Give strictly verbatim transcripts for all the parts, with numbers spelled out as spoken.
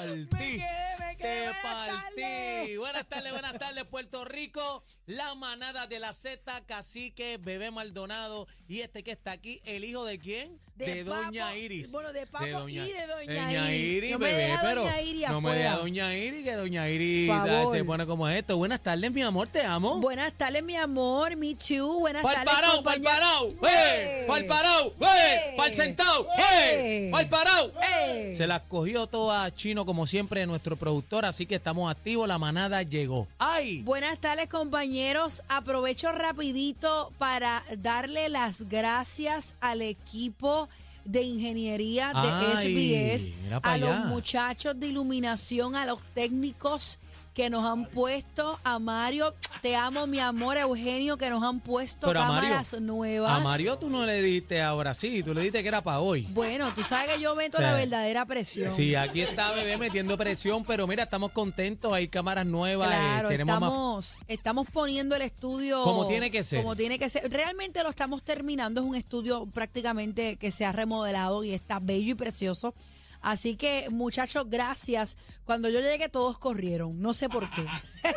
partí. Me quedé, me quedé. Te Buenas partí. tardes. Buenas tardes, buenas tardes, Puerto Rico. La manada de la Z, Cacique, Bebé Maldonado. Y este que está aquí, ¿el hijo de quién? De, Doña Papo, Iris. Bueno, de Papo doña- y de Doña, Doña Iris, no me bebé, deja pero Doña Iris no me afuera. deja Doña Iris, que Doña Iris Favor. se pone como esto. Buenas tardes, mi amor, te amo. Buenas tardes, mi amor, me too. Buenas Pa'l tardes, parao, pa'l compañera. parao, ¡Eh! ¡eh! Pa'l parao, ¡Eh! ¡eh! Pa'l sentado, ¡eh! ¡Eh! Pa'l parao. ¡Eh! Se las cogió toda Chino, como siempre, nuestro productor, así que estamos activos, la manada llegó. ¡Ay! Buenas tardes, compañeros. Aprovecho rapidito para darle las gracias al equipo de ingeniería de Ay, S B S, mira pa' a los allá. muchachos de iluminación, a los técnicos que nos han puesto, a Mario, te amo mi amor, a Eugenio, que nos han puesto Pero a Mario- cámaras nuevas. A Mario tú no le diste ahora sí, tú le diste que era para hoy. Bueno, tú sabes que yo meto Sí. la verdadera presión. Sí, aquí está Bebé metiendo presión, pero mira, estamos contentos, hay cámaras nuevas, eh, Claro, tenemos más... estamos, estamos poniendo el estudio Como tiene que ser. Como tiene que ser. Realmente lo estamos terminando, es un estudio prácticamente que se ha remodelado y está bello y precioso. Así que, muchachos, gracias. Cuando yo llegué, todos corrieron. No sé por qué.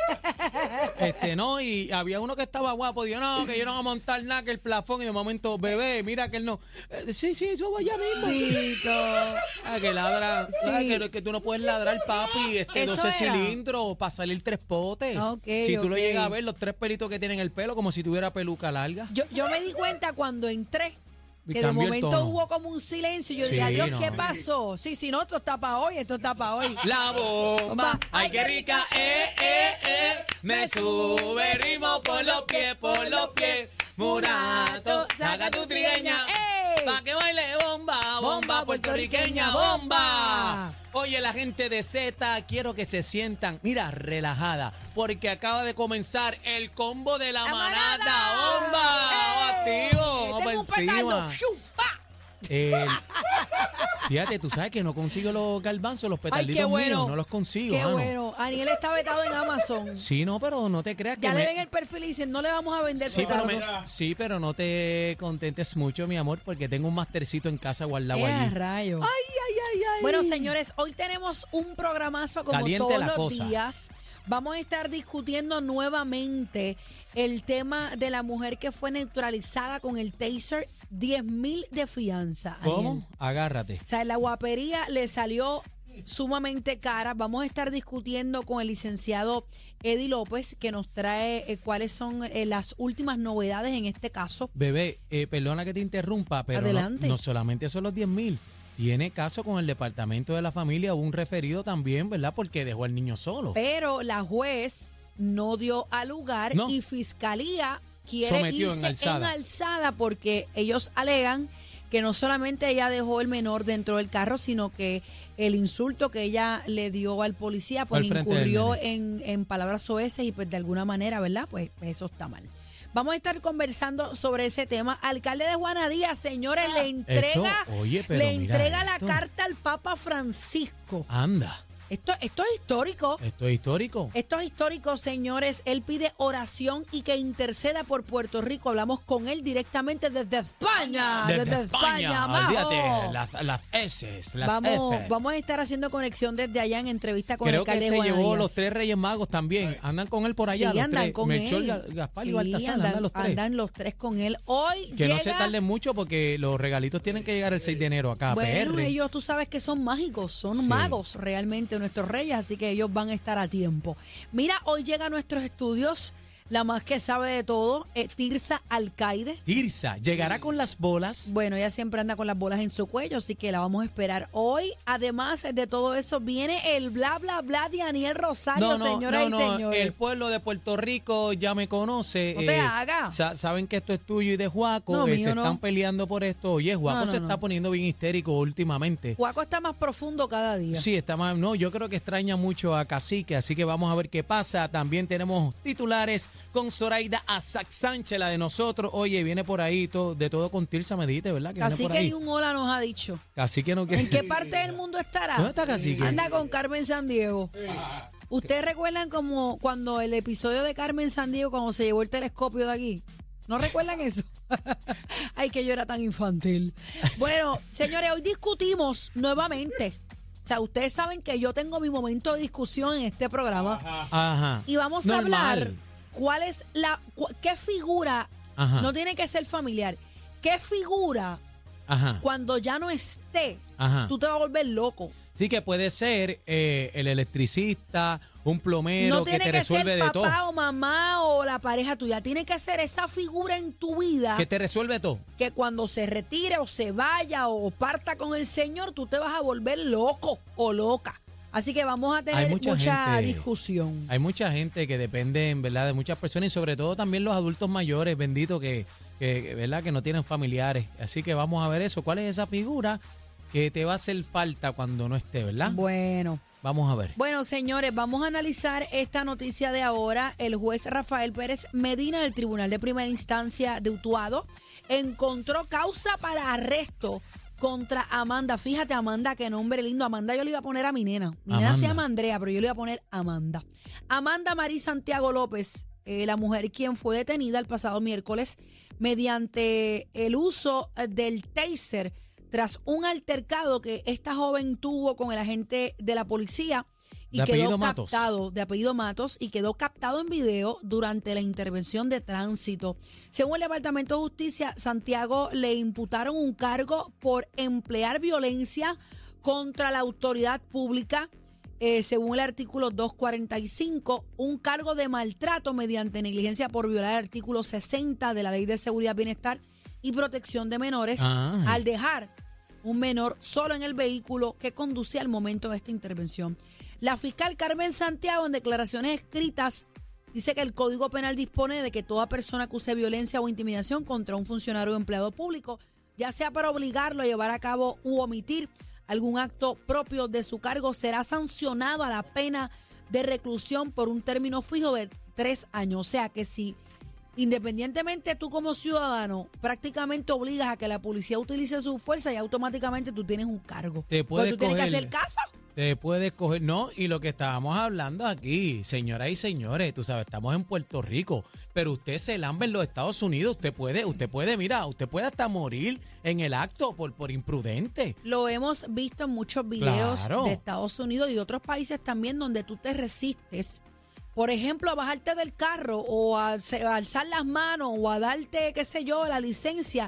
Este, no, y había uno que estaba guapo, dijo, no, que yo no voy a montar nada, que el plafón, y de momento, bebé, mira que él no. Eh, sí, sí, eso vaya mismo. Tito. Ah, que ladra, Sí. ah, que, que tú no puedes ladrar, papi, este Eso doce era. cilindros para salir tres potes. Ok, si tú lo ok. llegas a ver, los tres pelitos que tienen el pelo, como si tuviera peluca larga. Yo, yo me di cuenta cuando entré Y que de cambió el momento tono. hubo como un silencio. Y yo Sí, dije, adiós, no. ¿qué pasó? Sí, sí, no, esto está para hoy, esto está para hoy. La bomba, Bomba. ay qué rica, eh, eh, eh. Me sube el ritmo por los pies, por los pies. Murato, saca tu trigueña, ¡Ey! pa' que baile bomba, bomba Bomba puertorriqueña, puertorriqueña, bomba. bomba. Oye, la gente de Z, quiero que se sientan, mira, relajada, porque acaba de comenzar el combo de la, ¡La manada, manada! bomba. Vamos ¡Ey! activo, vamos Tengo pa' un petardo. encima. ¡Shum! ¡Pa! El- fíjate, tú sabes que no consigo los garbanzos, los Ay, petarditos qué bueno. míos, no los consigo. Qué mano. bueno. Aniel está vetado en Amazon. Sí, no, pero no te creas que Ya me- le ven el perfil y dicen, no le vamos a vender Sí pero, petardos. me- sí, pero no te contentes mucho, mi amor, porque tengo un mastercito en casa guardado ¡Eh, allí. rayo! Ay, ay, ay, ay. Bueno, señores, hoy tenemos un programazo como Caliente todos la los cosa. días. Vamos a estar discutiendo nuevamente el tema de la mujer que fue neutralizada con el taser, diez mil de fianza. Aniel. ¿Cómo? Agárrate. O sea, la guapería le salió sumamente cara. Vamos a estar discutiendo con el licenciado Eddie López, que nos trae eh, cuáles son eh, las últimas novedades en este caso. Bebé, eh, perdona que te interrumpa, pero no, Adelante. no solamente son los diez mil. Tiene caso con el Departamento de la Familia, un referido también, ¿verdad? Porque dejó al niño solo. Pero la juez no dio a lugar No. y Fiscalía quiere Sometió en irse alzada. alzada porque ellos alegan que no solamente ella dejó el menor dentro del carro, sino que el insulto que ella le dio al policía pues Al frente del incurrió nene. en, en palabras soeces y pues de alguna manera, ¿verdad? Pues, pues eso está mal. Vamos a estar conversando sobre ese tema. Alcalde de Juana Díaz, señores, le entrega, Esto, oye, pero le mira entrega la esto. carta al Papa Francisco. Anda, Esto, esto es histórico. esto es histórico. Esto es histórico, señores. Él pide oración y que interceda por Puerto Rico. Hablamos con él directamente desde España. Desde, España, majo. olvídate, las, las S, las Vamos, F. vamos a estar haciendo conexión desde allá en entrevista con Creo el que alcalde se de Juana llevó Díaz. los tres Reyes Magos también. Andan con él por allá. Sí, los andan tres. con Melchor, él. Ga- Gaspar y Sí, Baltasar, andan, los tres. andan los tres con él. Hoy Que llega... no se tarden mucho porque los regalitos tienen que llegar el seis de enero acá a Bueno, P R. ellos tú sabes que son mágicos, son Sí. magos realmente nuestros reyes, así que ellos van a estar a tiempo. Mira, hoy llega a nuestros estudios la más que sabe de todo, eh, Tirsa Alcaide. Tirsa, ¿llegará con las bolas? Bueno, ella siempre anda con las bolas en su cuello, así que la vamos a esperar hoy. Además de todo eso, viene el bla, bla, bla de Aniel Rosario, señoras no, y no, señores. el pueblo de Puerto Rico ya me conoce. No te hagas. sa- saben que esto es tuyo y de Juaco. No, eh, mío se no. están peleando por esto. Oye, Juaco No, no, se no. está poniendo bien histérico últimamente. Juaco está más profundo cada día. Sí, está más. No, yo creo que extraña mucho a Cacique, así que vamos a ver qué pasa. También tenemos titulares con Zoraida Azac Sánchez, la de nosotros. Oye, viene por ahí todo, de todo con Tirsa, me dijiste, ¿verdad? Que viene Cacique por ahí. y un hola nos ha dicho. Cacique no quiere. ¿En qué parte del mundo estará? ¿Dónde está Cacique? Anda con Carmen Sandiego. ¿Ustedes recuerdan como cuando el episodio de Carmen Sandiego, cuando se llevó el telescopio de aquí? ¿No recuerdan eso? Ay, que yo era tan infantil. Bueno, señores, hoy discutimos nuevamente O sea, ustedes saben que yo tengo mi momento de discusión en este programa. Ajá. Y vamos Normal. a hablar cuál es la, cu- qué figura, Ajá. no tiene que ser familiar, qué figura Ajá. cuando ya no esté, Ajá. tú te vas a volver loco. Sí, que puede ser eh, el electricista, un plomero No que tiene te que resuelve ser de papá todo. o mamá o la pareja tuya, tiene que ser esa figura en tu vida Que te resuelve todo. que cuando se retire o se vaya o parta con el Señor, tú te vas a volver loco o loca. Así que vamos a tener Hay mucha mucha gente- discusión. Hay mucha gente que depende, en verdad, de muchas personas y sobre todo también los adultos mayores, bendito, que, que, ¿verdad? que no tienen familiares. Así que vamos a ver eso. ¿Cuál es esa figura que te va a hacer falta cuando no esté, verdad? Bueno. Vamos a ver. Bueno, señores, vamos a analizar esta noticia de ahora. El juez Rafael Pérez Medina del Tribunal de Primera Instancia de Utuado encontró causa para arresto contra Amanda. Fíjate, Amanda, qué nombre lindo. Amanda yo le iba a poner a mi nena. Mi nena Amanda. se llama Andrea, pero yo le iba a poner Amanda. Amanda Marí Santiago López, eh, la mujer quien fue detenida el pasado miércoles mediante el uso eh, del taser tras un altercado que esta joven tuvo con el agente de la policía y ¿De quedó apellido Matos? captado, de apellido Matos, y quedó captado en video durante la intervención de tránsito. Según el Departamento de Justicia, Santiago le imputaron un cargo por emplear violencia contra la autoridad pública, eh, según el artículo doscientos cuarenta y cinco, un cargo de maltrato mediante negligencia por violar el artículo sesenta de la Ley de Seguridad, Bienestar y Protección de Menores, Ah. al dejar un menor solo en el vehículo que conducía al momento de esta intervención. La fiscal Carmen Santiago, en declaraciones escritas, dice que el Código Penal dispone de que toda persona que use violencia o intimidación contra un funcionario o empleado público, ya sea para obligarlo a llevar a cabo u omitir algún acto propio de su cargo, será sancionado a la pena de reclusión por un término fijo de tres años. O sea que si independientemente tú como ciudadano prácticamente obligas a que la policía utilice su fuerza y automáticamente tú tienes un cargo. Te puedes Pero tú tienes que coger- hacer caso. Te puedes coger, no, y lo que estábamos hablando aquí, señoras y señores, tú sabes, estamos en Puerto Rico, pero usted se lambe en los Estados Unidos, usted puede, usted puede, mira, usted puede hasta morir en el acto por, por imprudente. Lo hemos visto en muchos videos Claro. de Estados Unidos y de otros países también donde tú te resistes, por ejemplo, a bajarte del carro o a, se- a alzar las manos o a darte, qué sé yo, la licencia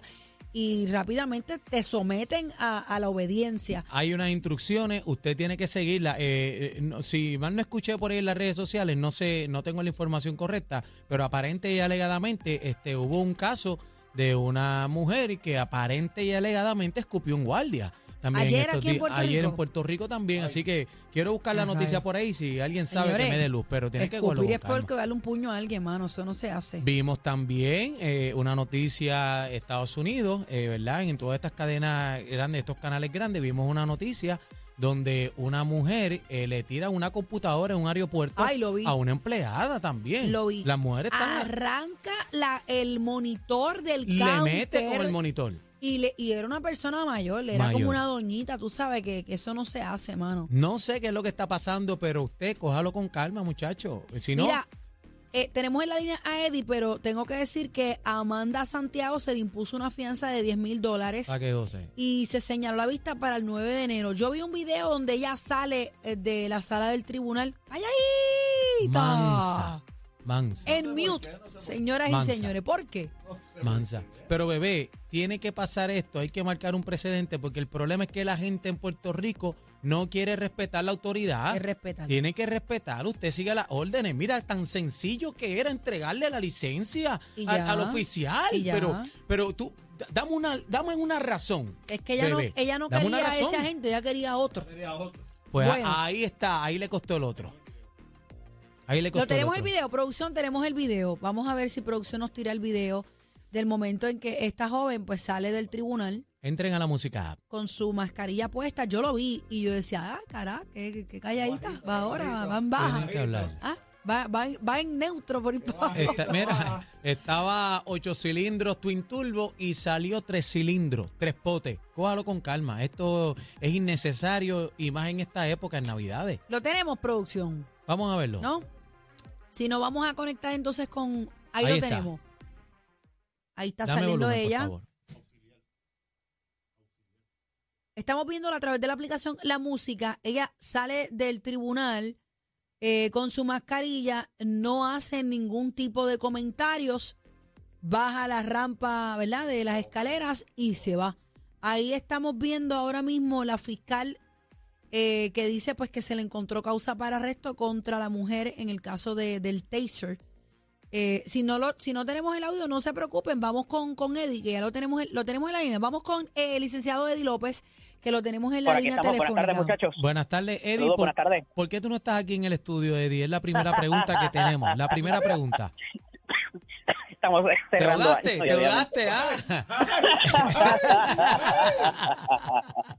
y rápidamente te someten a, a la obediencia. Hay unas instrucciones, usted tiene que seguirlas. Eh, eh, no- si mal no escuché por ahí en las redes sociales, no sé, no tengo la información correcta, pero aparente y alegadamente este, hubo un caso de una mujer que aparente y alegadamente escupió un guardia. También Ayer estos aquí en días. Puerto Ayer Rico. en Puerto Rico también, así que quiero buscar la Ay. noticia por ahí, si alguien sabe Señores, que me dé luz, pero tiene que cogerlo escupir con es peor calma. que darle un puño a alguien, mano, eso no se hace. Vimos también eh, una noticia Estados Unidos, eh, ¿verdad? En todas estas cadenas grandes, estos canales grandes, vimos una noticia donde una mujer eh, le tira una computadora en un aeropuerto Ay, lo vi. a una empleada también. Lo vi. Las mujeres están... Arranca la, el monitor del le counter. mete con el monitor. Y, le, y era una persona mayor, era Mayor. como una doñita, tú sabes que, que eso no se hace, mano. No sé qué es lo que está pasando, pero usted cójalo con calma, muchacho. Si no, Mira, eh, tenemos en la línea a Eddie, pero tengo que decir que a Amanda Santiago se le impuso una fianza de diez mil dólares ¿para qué, José? y se señaló la vista para el nueve de enero. Yo vi un video donde ella sale eh, de la sala del tribunal. ¡Calladita! Mansa, mansa. En mute, señoras Mansa. y señores. ¿Por qué? Mansa. Pero bebé, tiene que pasar esto, hay que marcar un precedente porque el problema es que la gente en Puerto Rico no quiere respetar la autoridad. Que respetar. Tiene que respetar, usted sigue las órdenes. Mira, tan sencillo que era entregarle la licencia Y al, ya. al oficial. Y ya. Pero, pero tú, d- dame una, dame una razón. Es que ella bebé. no, ella no Dame una quería a ese razón. agente, ella quería a otro. Pues Bueno. ahí está, ahí le costó el otro. Ahí le costó Lo tenemos el otro. video, producción, tenemos el video. Vamos a ver si producción nos tira el video del momento en que esta joven pues sale del tribunal Entren a la música app. con su mascarilla puesta. Yo lo vi y yo decía, ah, carajo, qué, qué- qué calladita. Va ahora, va en baja. Tienen que hablar. Ah, va, va, va en neutro por ahí para abajo. Esta- mira, estaba ocho cilindros Twin Turbo y salió tres cilindros, tres potes. Cójalo con calma. Esto es innecesario y más en esta época, en Navidades. Lo tenemos, producción, Vamos a verlo. ¿no? Si nos vamos a conectar entonces con... Ahí, Ahí lo está. tenemos. Ahí está Dame saliendo volumen, por ella. favor. Está estamos viéndola a través de la aplicación La Música. Ella sale del tribunal eh, con su mascarilla, no hace ningún tipo de comentarios, baja la rampa, ¿verdad?, de las escaleras y se va. Ahí estamos viendo ahora mismo la fiscal eh, que dice pues que se le encontró causa para arresto contra la mujer en el caso de, del taser. Eh, si no lo, si no tenemos el audio, no se preocupen, vamos con, con Eddie, que ya lo tenemos, lo tenemos en la línea. Vamos con eh, el licenciado Eddie López, que lo tenemos en la Por aquí línea estamos. telefónica. Buenas tardes, muchachos. Buenas tardes, Eddie. Saludos, ¿Por, buenas tardes. ¿Por qué tú no estás aquí en el estudio, Eddie? Es la primera pregunta que tenemos. La primera pregunta. Estamos Te cerrando ahogaste, años, te obviamente. ahogaste, ah.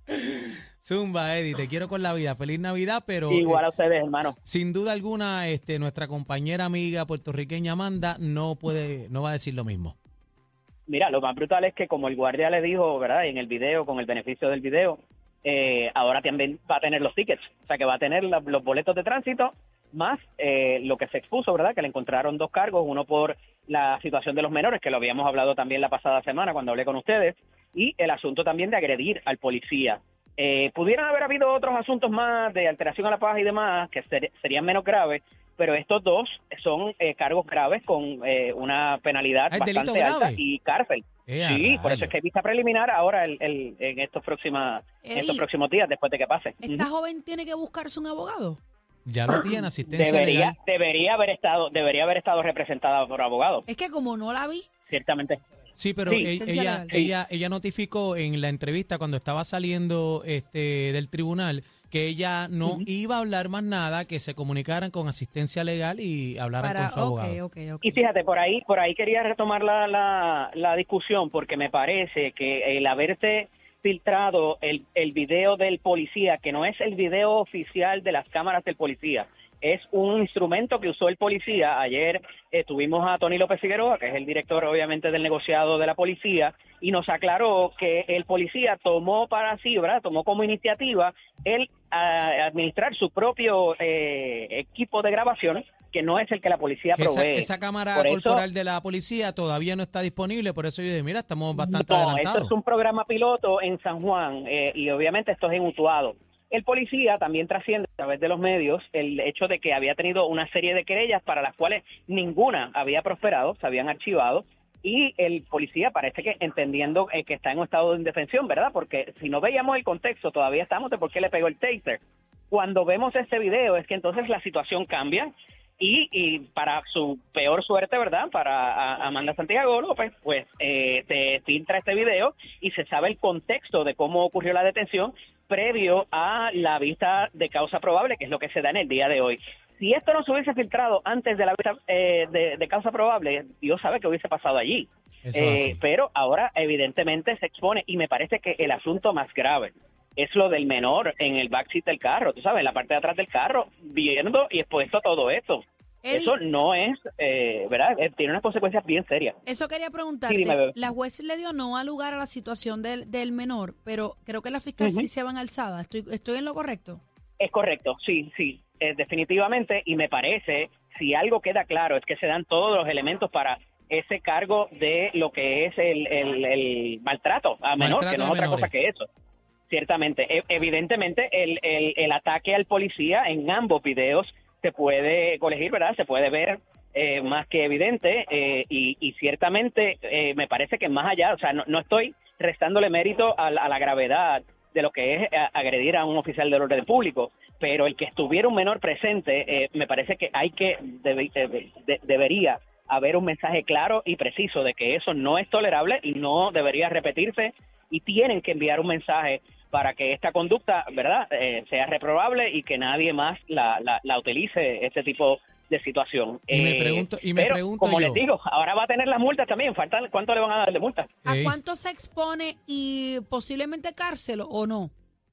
Zumba, Eddie, te quiero con la vida. Feliz Navidad, pero Igual eh, a ustedes, hermano. sin duda alguna, este, nuestra compañera amiga puertorriqueña Amanda no puede, no va a decir lo mismo. Mira, lo más brutal es que como el guardia le dijo, ¿verdad?, en el video, con el beneficio del video, eh, ahora también va a tener los tickets. O sea, que va a tener la, los boletos de tránsito, más eh, lo que se expuso, ¿verdad?, que le encontraron dos cargos, uno por la situación de los menores, que lo habíamos hablado también la pasada semana cuando hablé con ustedes, y el asunto también de agredir al policía. Eh, pudieran haber habido otros asuntos más de alteración a la paz y demás que ser, serían menos graves, pero estos dos son eh, cargos graves con eh, una penalidad ¿Es delito bastante alta grave? y cárcel. Eh, Sí, a por eso es rayos. que hay vista preliminar ahora el, el, en estos próximas en estos Eddie, próximos días después de que pase. ¿esta Ujú. joven tiene que buscarse un abogado? Ya lo tiene, asistencia Debería legal. debería haber estado debería haber estado representada por abogados, Es que como no la vi, ciertamente. Sí, pero Sí. e- Asistencia ella, legal. ella, ella notificó en la entrevista cuando estaba saliendo este del tribunal que ella no Ujú. iba a hablar más nada, que se comunicaran con asistencia legal y hablaran para... con su Ok, abogado. ok, ok. Y fíjate, por ahí por ahí quería retomar la, la, la discusión porque me parece que el haberse filtrado el, el video del policía, que no es el video oficial de las cámaras del policía, es un instrumento que usó el policía. Ayer eh, tuvimos a Tony López Figueroa, que es el director obviamente del negociado de la policía, y nos aclaró que el policía tomó para sí, ¿verdad?, tomó como iniciativa el a, administrar su propio eh, equipo de grabación, que no es el que la policía Que esa, provee. esa cámara Por eso- corporal de la policía todavía no está disponible, por eso yo dije, mira, estamos bastante No, adelantados. esto es un programa piloto en San Juan eh, y obviamente esto es en Utuado. El policía también trasciende a través de los medios el hecho de que había tenido una serie de querellas para las cuales ninguna había prosperado, se habían archivado, y el policía parece que entendiendo eh, que está en un estado de indefensión, ¿verdad? Porque si no veíamos el contexto, todavía estamos de por qué le pegó el taser. Cuando vemos este video es que entonces la situación cambia. Y, y para su peor suerte, ¿verdad?, para a- Amanda Santiago López, pues eh, se filtra este video y se sabe el contexto de cómo ocurrió la detención previo a la vista de causa probable, que es lo que se da en el día de hoy. Si esto no se hubiese filtrado antes de la vista eh, de, de causa probable, Dios sabe qué hubiese pasado allí. Eso Eh, es así. pero ahora evidentemente se expone, y me parece que el asunto más grave es lo del menor en el backseat del carro, tú sabes, en la parte de atrás del carro, viendo y expuesto a todo esto. Eddie, Eso no es, eh, ¿verdad? Eh, tiene unas consecuencias bien serias. eso quería preguntarte. Sí, dime, bebé. La juez le dio no al lugar a la situación del, del menor, pero creo que la fiscal Ujú. sí se van alzada. ¿Estoy, ¿Estoy en lo correcto? Es correcto, sí, sí, eh, definitivamente, y me parece, si algo queda claro, es que se dan todos los elementos para ese cargo de lo que es el, el, el maltrato a menor, Maltrato que no a es otra menores. cosa que eso. Ciertamente, E- evidentemente el, el, el ataque al policía en ambos videos se puede colegir, ¿verdad? Se puede ver eh, más que evidente eh, y, y ciertamente eh, me parece que más allá, o sea, no, no estoy restándole mérito a, la- a la gravedad de lo que es eh, agredir a un oficial del orden público, pero el que estuviera un menor presente, eh, me parece que hay que, debe- debe- de- debería haber un mensaje claro y preciso de que eso no es tolerable y no debería repetirse, y tienen que enviar un mensaje para que esta conducta, ¿verdad?, eh, sea reprobable y que nadie más la, la, la utilice, este tipo de situación. Y me Eh, pregunto- y me pero, pregunto como yo- les digo, ahora va a tener las multas también. Faltan, ¿cuánto le van a dar de multas? ¿A Ey. cuánto se expone y posiblemente cárcel o no?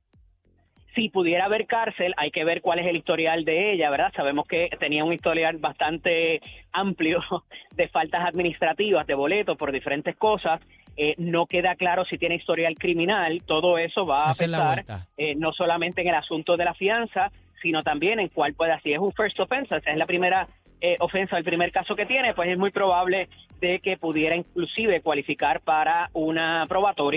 Si pudiera haber cárcel, hay que ver cuál es el historial de ella, ¿verdad? Sabemos que tenía un historial bastante amplio de faltas administrativas, de boletos por diferentes cosas. Eh, no queda claro si tiene historial criminal. Todo eso va a Esa es la pesar vuelta. eh, no solamente en el asunto de la fianza, sino también en cuál puede, si es un first offense, o sea, es la primera eh, ofensa, el primer caso que tiene, pues es muy probable de que pudiera inclusive cualificar para una probatoria.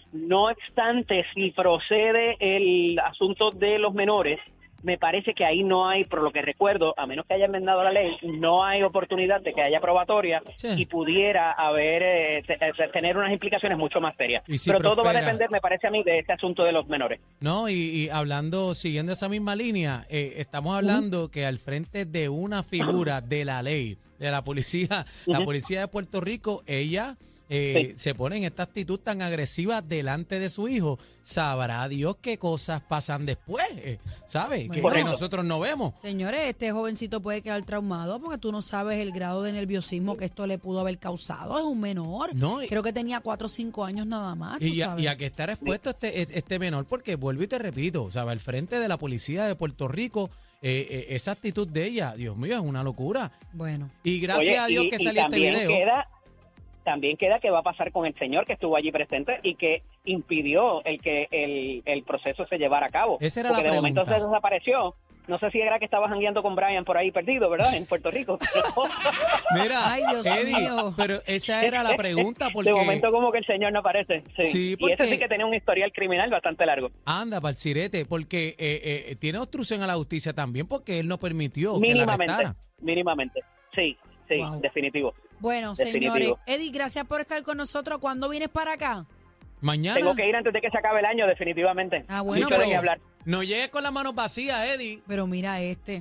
No obstante, si procede el asunto de los menores, me parece que ahí no hay, por lo que recuerdo, a menos que haya enmendado la ley, no hay oportunidad de que haya probatoria Sí. y pudiera haber eh, te- te- tener unas implicaciones mucho más serias. Y si Pero todo va a prospera. depender, me parece a mí, de este asunto de los menores. No, y, y hablando, siguiendo esa misma línea, eh, estamos hablando que al frente de una figura de la ley, de la policía, la Ujú. policía de Puerto Rico, ella eh, Sí. se pone en esta actitud tan agresiva delante de su hijo. Sabrá Dios qué cosas pasan después, eh, ¿sabes? Que- Que, Bueno. nosotros no vemos. Señores, este jovencito puede quedar traumado porque tú no sabes el grado de nerviosismo que esto le pudo haber causado. Es un menor. No, y- Creo que tenía cuatro o cinco años nada más. tú Y a, sabes. y a que estar expuesto este, este menor, porque vuelvo y te repito, ¿sabes? Al frente de la policía de Puerto Rico, eh, eh, esa actitud de ella, Dios mío, es una locura. Bueno, Y gracias Oye, a Dios y- que y salió este también video. Queda, también queda qué va a pasar con el señor que estuvo allí presente y que impidió el que el, el proceso se llevara a cabo. Esa era Porque la de momento pregunta. se desapareció. No sé si era que estaba jangueando con Brian por ahí perdido, ¿verdad? En Puerto Rico. Mira, Ay, Dios Eddie, mío. pero esa era la pregunta porque De momento como que el señor no aparece. Sí. Sí, Y porque- ese sí que tenía un historial criminal bastante largo. anda para el sirete, porque eh, eh, tiene obstrucción a la justicia también porque él no permitió que la Mínimamente. arrestara. Mínimamente. Sí, sí, Wow. definitivo. bueno, Definitivo. señores. Eddie, gracias por estar con nosotros. ¿Cuándo vienes para acá? Mañana Tengo que ir antes de que se acabe el año, definitivamente. Ah, Sí, bueno, pero- Hay que hablar. no llegues con las manos vacías, Eddie. Pero mira este.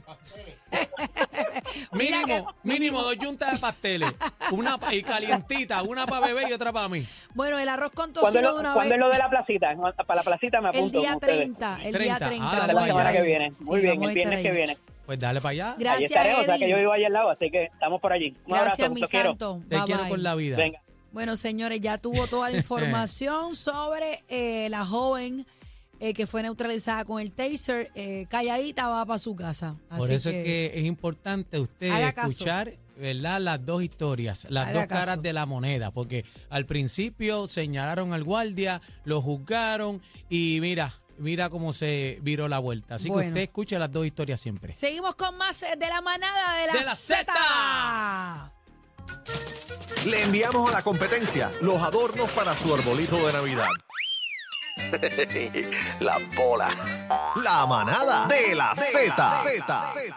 Mira Mínimo, que- mínimo dos yuntas de pasteles, una pa- y calientita, una para bebé y otra para mí. Bueno, el arroz con ¿Cuándo es tocino lo, de una cuándo vez. es lo de la placita? Para la placita me El apunto. día con ustedes. treinta, el día treinta. treinta. Ah, De vamos la a semana estar que ahí. viene. Muy Sí, bien, vamos a el viernes estar que ahí. viene. Pues dale para allá. Gracias, Ahí estaré, o sea que Eddie. yo vivo ahí al lado, así que estamos por allí. Un Gracias, abrazo, mi los quiero. santo. Te Bye, quiero bye. con la vida. Venga. Bueno, señores, ya tuvo toda la información sobre eh, la joven eh, que fue neutralizada con el taser. Eh, calladita va para su casa. Por Así eso es que es importante usted Haga caso. escuchar, ¿verdad? Las dos historias, las Haga dos caras caso. de la moneda, porque al principio señalaron al guardia, lo juzgaron y mira, mira cómo se viró la vuelta. Así Bueno. que usted escucha las dos historias siempre. Seguimos con más eh, de la manada de la, De la Z. Le enviamos a la competencia los adornos para su arbolito de Navidad. La bola. La manada de la Z.